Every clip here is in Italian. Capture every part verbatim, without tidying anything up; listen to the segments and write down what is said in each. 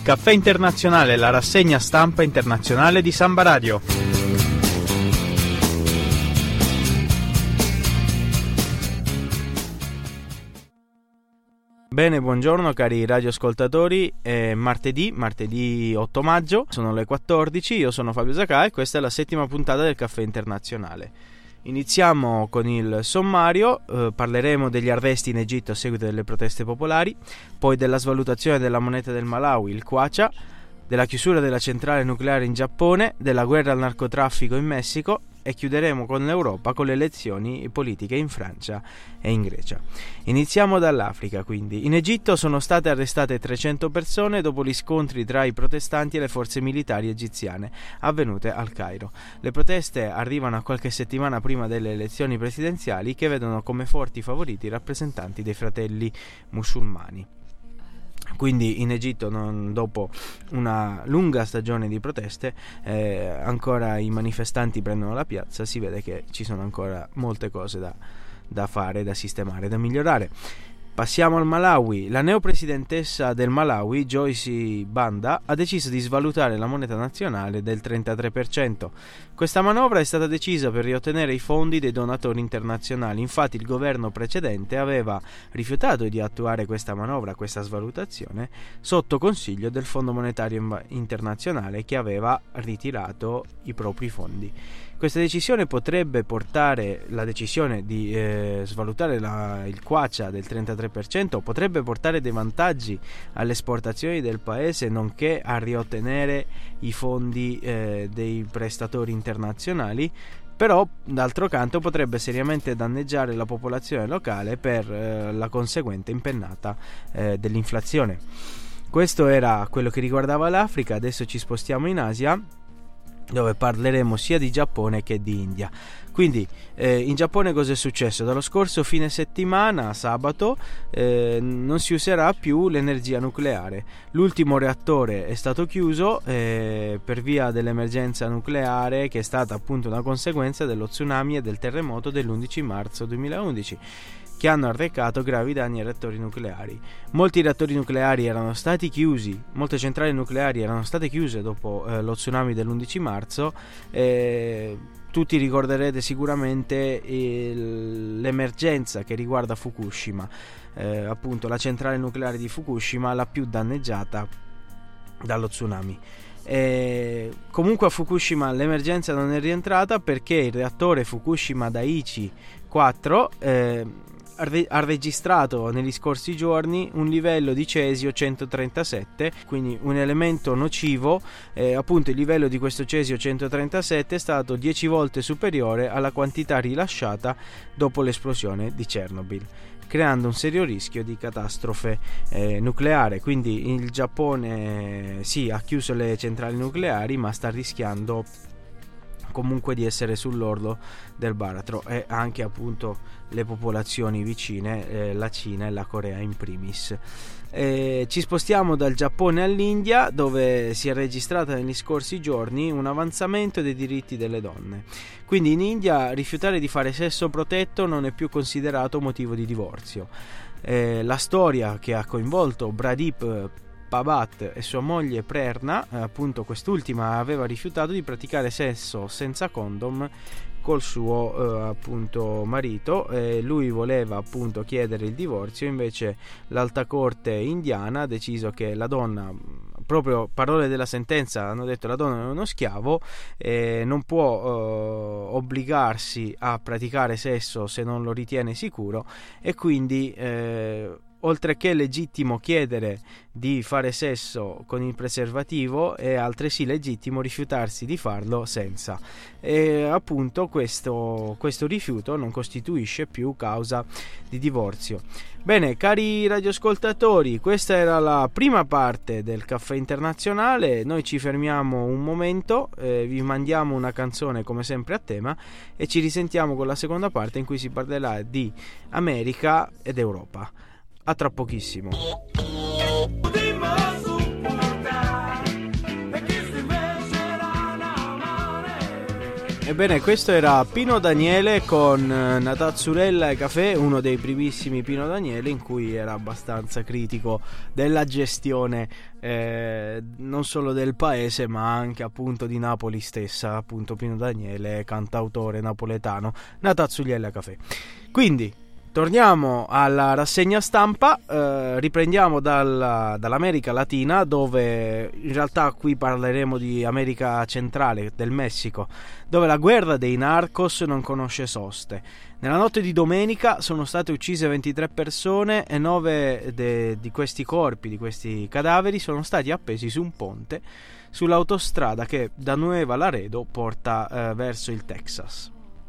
Il Caffè Internazionale, la rassegna stampa internazionale di Samba Radio. Bene, buongiorno cari radioascoltatori, è martedì, martedì otto maggio, sono le quattordici, io sono Fabio Zacà e questa è la settima puntata del Caffè Internazionale. Iniziamo con il sommario, eh, parleremo degli arresti in Egitto a seguito delle proteste popolari, poi della svalutazione della moneta del Malawi, il Kwacha, della chiusura della centrale nucleare in Giappone, della guerra al narcotraffico in Messico e chiuderemo con l'Europa con le elezioni politiche in Francia e in Grecia. Iniziamo dall'Africa, quindi. In Egitto sono state arrestate trecento persone dopo gli scontri tra i protestanti e le forze militari egiziane avvenute al Cairo. Le proteste arrivano a qualche settimana prima delle elezioni presidenziali che vedono come forti favoriti i rappresentanti dei fratelli musulmani. Quindi in Egitto, non, dopo una lunga stagione di proteste, eh, ancora i manifestanti prendono la piazza, si vede che ci sono ancora molte cose da, da fare, da sistemare, da migliorare. Passiamo al Malawi. La neopresidentessa del Malawi, Joyce Banda, ha deciso di svalutare la moneta nazionale del trentatré per cento. Questa manovra è stata decisa per riottenere i fondi dei donatori internazionali. Infatti il governo precedente aveva rifiutato di attuare questa manovra, questa svalutazione, sotto consiglio del Fondo Monetario Internazionale, che aveva ritirato i propri fondi. Questa decisione potrebbe portare, la decisione di eh, svalutare la, il Kwacha del trentatré per cento potrebbe portare dei vantaggi alle esportazioni del paese, nonché a riottenere i fondi eh, dei prestatori internazionali, però d'altro canto potrebbe seriamente danneggiare la popolazione locale per eh, la conseguente impennata eh, dell'inflazione. Questo era quello che riguardava l'Africa. Adesso ci spostiamo in Asia, dove parleremo sia di Giappone che di India. Quindi eh, in Giappone cosa è successo? Dallo scorso fine settimana, sabato, eh, non si userà più l'energia nucleare. L'ultimo reattore è stato chiuso eh, per via dell'emergenza nucleare, che è stata appunto una conseguenza dello tsunami e del terremoto dell'undici marzo duemilaundici, che hanno arrecato gravi danni ai reattori nucleari. Molti reattori nucleari erano stati chiusi, molte centrali nucleari erano state chiuse dopo eh, lo tsunami dell'undici marzo. Eh, tutti ricorderete sicuramente il, l'emergenza che riguarda Fukushima, eh, appunto la centrale nucleare di Fukushima, la più danneggiata dallo tsunami. E comunque a Fukushima l'emergenza non è rientrata perché il reattore Fukushima Daiichi quattro eh, ha registrato negli scorsi giorni un livello di cesio centotrentasette, quindi un elemento nocivo. Eh, appunto il livello di questo cesio centotrentasette è stato dieci volte superiore alla quantità rilasciata dopo l'esplosione di Chernobyl, creando un serio rischio di catastrofe eh, nucleare. Quindi il Giappone sì, ha chiuso le centrali nucleari, ma sta rischiando comunque di essere sull'orlo del baratro, e anche appunto le popolazioni vicine, eh, la Cina e la Corea in primis. Eh, ci spostiamo dal Giappone all'India, dove si è registrato negli scorsi giorni un avanzamento dei diritti delle donne. Quindi in India rifiutare di fare sesso protetto non è più considerato motivo di divorzio. Eh, la storia che ha coinvolto Pradip Pabhat e sua moglie Prerna, appunto quest'ultima aveva rifiutato di praticare sesso senza condom col suo eh, appunto marito, e lui voleva appunto chiedere il divorzio. Invece l'alta corte indiana ha deciso che la donna, proprio parole della sentenza, hanno detto la donna è uno schiavo e non può eh, obbligarsi a praticare sesso se non lo ritiene sicuro, e quindi eh, oltre che è legittimo chiedere di fare sesso con il preservativo, è altresì legittimo rifiutarsi di farlo senza. E appunto questo, questo rifiuto non costituisce più causa di divorzio. Bene, cari radioascoltatori, questa era la prima parte del Caffè Internazionale. Noi ci fermiamo un momento, eh, vi mandiamo una canzone come sempre a tema e ci risentiamo con la seconda parte, in cui si parlerà di America ed Europa. A tra pochissimo. Ebbene, questo era Pino Daniele con Natazzurella e Caffè, uno dei primissimi Pino Daniele, in cui era abbastanza critico della gestione eh, non solo del paese ma anche appunto di Napoli stessa. Appunto Pino Daniele, cantautore napoletano, Natazzurella e Caffè. Quindi torniamo alla rassegna stampa, eh, riprendiamo dal, dall'America Latina, dove in realtà qui parleremo di America Centrale, del Messico, dove la guerra dei narcos non conosce soste. Nella notte di domenica sono state uccise ventitré persone e nove de, di questi corpi, di questi cadaveri, sono stati appesi su un ponte sull'autostrada che da Nueva Laredo porta eh, verso il Texas.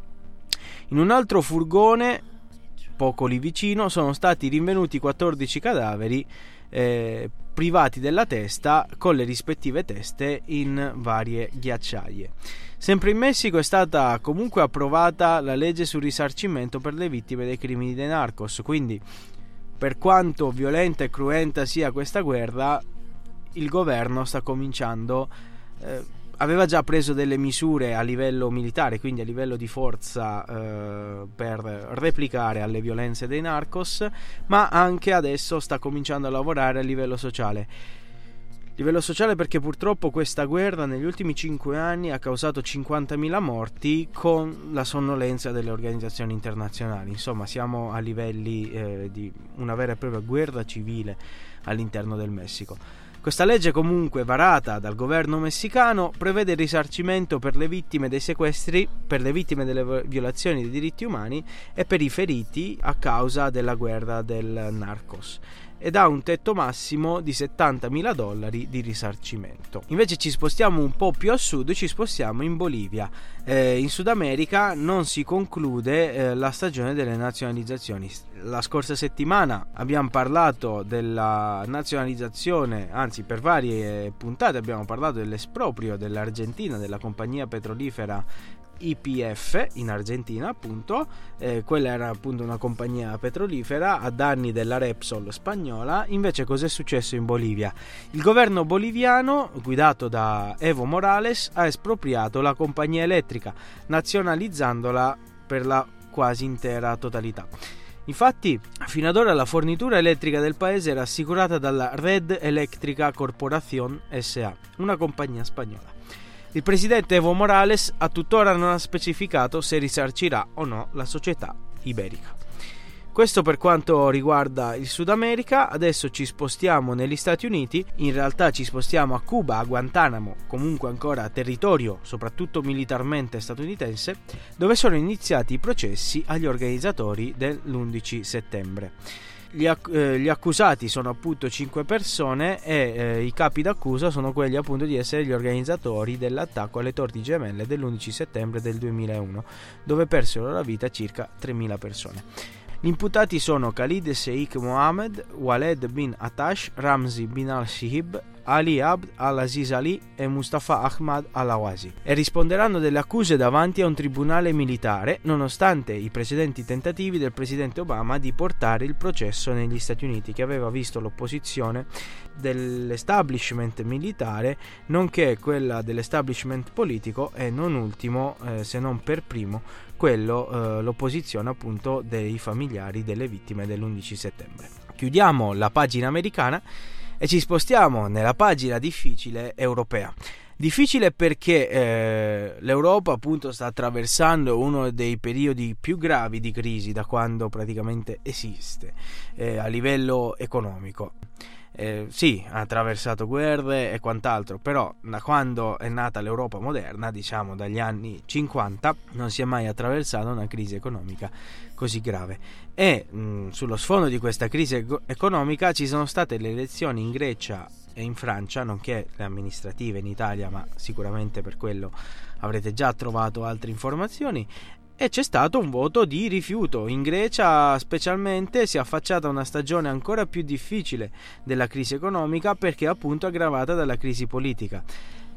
In un altro furgone poco lì vicino sono stati rinvenuti quattordici cadaveri eh, privati della testa, con le rispettive teste in varie ghiacciaie. Sempre in Messico è stata comunque approvata la legge sul risarcimento per le vittime dei crimini dei narcos, quindi per quanto violenta e cruenta sia questa guerra, il governo sta cominciando eh, aveva già preso delle misure a livello militare, quindi a livello di forza, eh, per replicare alle violenze dei narcos, ma anche adesso sta cominciando a lavorare a livello sociale. Livello sociale perché purtroppo questa guerra negli ultimi cinque anni ha causato cinquantamila morti, con la sonnolenza delle organizzazioni internazionali. Insomma, siamo a livelli eh, di una vera e propria guerra civile all'interno del Messico. Questa legge, comunque varata dal governo messicano, prevede il risarcimento per le vittime dei sequestri, per le vittime delle violazioni dei diritti umani e per i feriti a causa della guerra del narcos, ed ha un tetto massimo di settantamila dollari di risarcimento. Invece ci spostiamo un po' più a sud, ci spostiamo in Bolivia. Eh, in Sud America non si conclude eh, la stagione delle nazionalizzazioni. La scorsa settimana abbiamo parlato della nazionalizzazione, anzi per varie puntate abbiamo parlato dell'esproprio dell'Argentina, della compagnia petrolifera Y P F in Argentina, appunto. Eh, quella era appunto una compagnia petrolifera a danni della Repsol spagnola. Invece cos'è successo in Bolivia? Il governo boliviano, guidato da Evo Morales, ha espropriato la compagnia elettrica, nazionalizzandola per la quasi intera totalità. Infatti, fino ad ora la fornitura elettrica del paese era assicurata dalla Red Eléctrica Corporación S A, una compagnia spagnola. Il presidente Evo Morales a tuttora non ha specificato se risarcirà o no la società iberica. Questo per quanto riguarda il Sud America. Adesso ci spostiamo negli Stati Uniti, in realtà ci spostiamo a Cuba, a Guantanamo, comunque ancora territorio soprattutto militarmente statunitense, dove sono iniziati i processi agli organizzatori dell'undici settembre. Gli, acc- eh, gli accusati sono appunto cinque persone e eh, i capi d'accusa sono quelli appunto di essere gli organizzatori dell'attacco alle Torri Gemelle dell'undici settembre del duemilauno, dove persero la vita circa tremila persone. Gli imputati sono Khalid Sheikh Mohammed, Waled bin Atash, Ramzi bin al-Shihib, Ali Abd al-Aziz Ali e Mustafa Ahmad al-Awazi, e risponderanno delle accuse davanti a un tribunale militare, nonostante i precedenti tentativi del presidente Obama di portare il processo negli Stati Uniti, che aveva visto l'opposizione dell'establishment militare nonché quella dell'establishment politico e non ultimo, eh, se non per primo, quello eh, l'opposizione appunto dei familiari delle vittime dell'undici settembre. Chiudiamo la pagina americana e ci spostiamo nella pagina difficile europea. Difficile perché eh, l'Europa appunto sta attraversando uno dei periodi più gravi di crisi da quando praticamente esiste eh, a livello economico. Eh, sì, ha attraversato guerre e quant'altro, però da quando è nata l'Europa moderna, diciamo dagli anni cinquanta, non si è mai attraversata una crisi economica così grave. E mh, sullo sfondo di questa crisi ec- economica ci sono state le elezioni in Grecia e in Francia, nonché le amministrative in Italia, ma sicuramente per quello avrete già trovato altre informazioni. E c'è stato un voto di rifiuto. In Grecia specialmente si è affacciata una stagione ancora più difficile della crisi economica, perché appunto aggravata dalla crisi politica.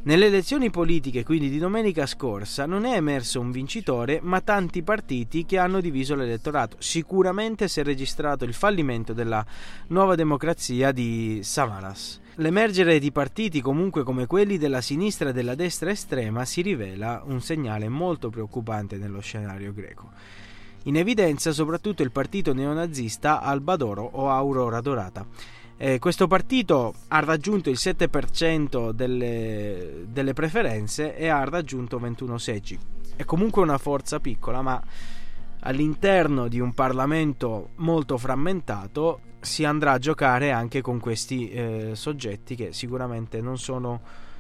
Nelle elezioni politiche, quindi di domenica scorsa, non è emerso un vincitore, ma tanti partiti che hanno diviso l'elettorato. Sicuramente si è registrato il fallimento della nuova democrazia di Samaras. L'emergere di partiti comunque come quelli della sinistra e della destra estrema si rivela un segnale molto preoccupante nello scenario greco. In evidenza soprattutto il partito neonazista Alba d'Oro o Aurora Dorata. Eh, questo partito ha raggiunto il sette per cento delle, delle preferenze e ha raggiunto ventuno seggi. È comunque una forza piccola, ma all'interno di un Parlamento molto frammentato si andrà a giocare anche con questi eh, soggetti che sicuramente non sono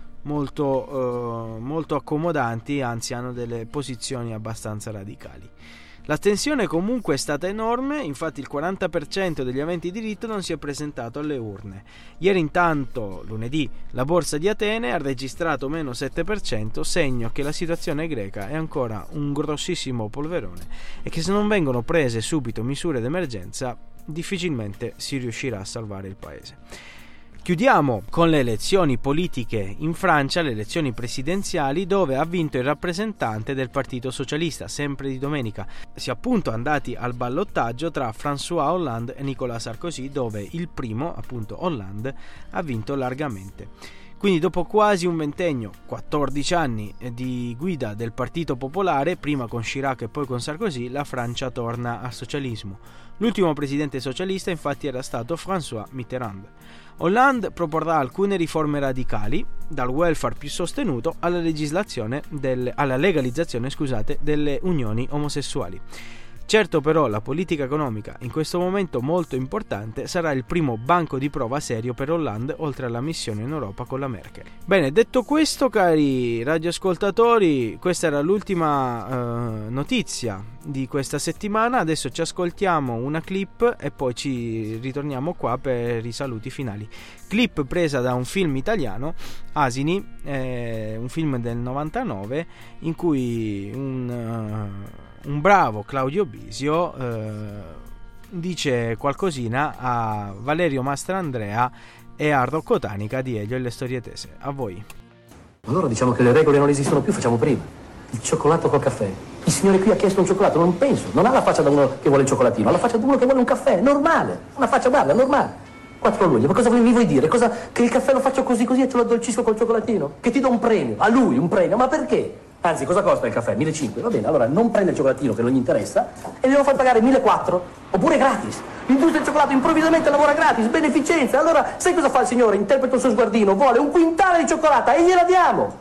molto, eh, molto accomodanti, anzi hanno delle posizioni abbastanza radicali. La tensione comunque è stata enorme, infatti il quaranta per cento degli aventi diritto non si è presentato alle urne. Ieri intanto, lunedì, la borsa di Atene ha registrato meno sette per cento, segno che la situazione greca è ancora un grossissimo polverone e che se non vengono prese subito misure d'emergenza difficilmente si riuscirà a salvare il paese. Chiudiamo con le elezioni politiche in Francia, le elezioni presidenziali, dove ha vinto il rappresentante del Partito Socialista, sempre di domenica. Si è appunto andati al ballottaggio tra François Hollande e Nicolas Sarkozy, dove il primo, appunto Hollande, ha vinto largamente. Quindi dopo quasi un ventennio, quattordici anni di guida del Partito Popolare, prima con Chirac e poi con Sarkozy, la Francia torna al socialismo. L'ultimo presidente socialista infatti era stato François Mitterrand. Hollande proporrà alcune riforme radicali, dal welfare più sostenuto alla legislazione delle, alla legalizzazione scusate, delle unioni omosessuali. Certo però la politica economica, in questo momento molto importante, sarà il primo banco di prova serio per Hollande oltre alla missione in Europa con la Merkel. Bene, detto questo, cari radioascoltatori, questa era l'ultima eh, notizia di questa settimana. Adesso ci ascoltiamo una clip e poi ci ritorniamo qua per i saluti finali. Clip presa da un film italiano, Asini, eh, un film del novantanove in cui un... Uh, un bravo Claudio Bisio eh, dice qualcosina a Valerio Mastrandrea e a Rocco Tanica di Elio e le storie tese. A voi. Allora diciamo che le regole non esistono più, facciamo prima. Il cioccolato col caffè. Il signore qui ha chiesto un cioccolato, non penso. Non ha la faccia da uno che vuole il cioccolatino, ha la faccia da uno che vuole un caffè, normale. Una faccia, guarda, normale. quattro luglio, ma cosa mi vuoi dire? Cosa, che il caffè lo faccio così così e ce lo addolcisco col cioccolatino? Che ti do un premio, a lui un premio, ma perché? Anzi, cosa costa il caffè? millecinquecento, va bene, allora non prende il cioccolatino che non gli interessa e devo far pagare millequattrocento, oppure gratis. L'industria del cioccolato improvvisamente lavora gratis, beneficenza. Allora, sai cosa fa il signore? Interpreta il suo sguardino, vuole un quintale di cioccolata e gliela diamo.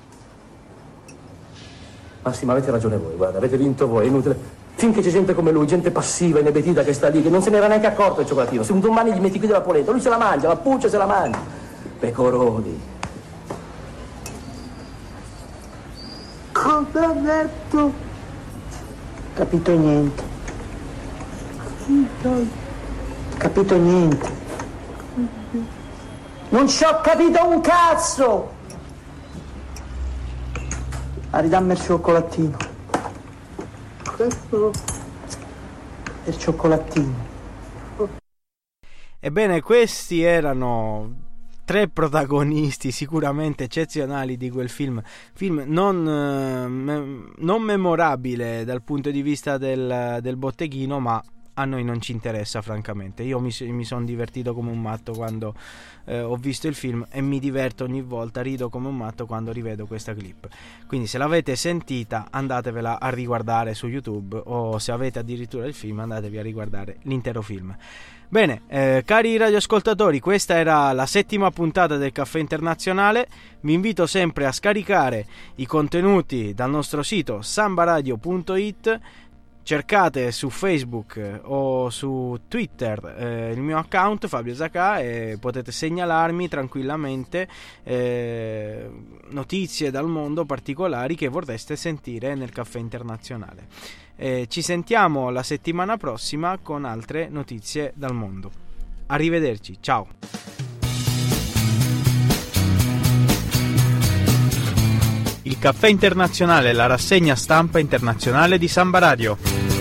Ma sì, ma avete ragione voi, guarda, avete vinto voi, è inutile. Finché c'è gente come lui, gente passiva, inebetita che sta lì, che non se ne era neanche accorto del cioccolatino. Se un domani gli metti qui della polenta, lui se la mangia, la puccia se la mangia. Pecoroni. Cosa ha detto? Capito niente. Capito niente. Non ci ho capito un cazzo! A ridammi il cioccolatino. Questo è il cioccolatino. Ebbene, questi erano tre protagonisti sicuramente eccezionali di quel film, film non, eh, me, non memorabile dal punto di vista del, del botteghino, ma a noi non ci interessa francamente. Io mi, mi sono divertito come un matto quando eh, ho visto il film e mi diverto ogni volta, rido come un matto quando rivedo questa clip. Quindi se l'avete sentita andatevela a riguardare su YouTube, o se avete addirittura il film andatevi a riguardare l'intero film. Bene, eh, cari radioascoltatori, questa era la settima puntata del Caffè Internazionale. Vi invito sempre a scaricare i contenuti dal nostro sito sambaradio punto it. Cercate su Facebook o su Twitter eh, il mio account Fabio Zacà e potete segnalarmi tranquillamente eh, notizie dal mondo particolari che vorreste sentire nel Caffè Internazionale. Eh, ci sentiamo la settimana prossima con altre notizie dal mondo. Arrivederci, ciao. Il Caffè Internazionale, la rassegna stampa internazionale di Samba Radio.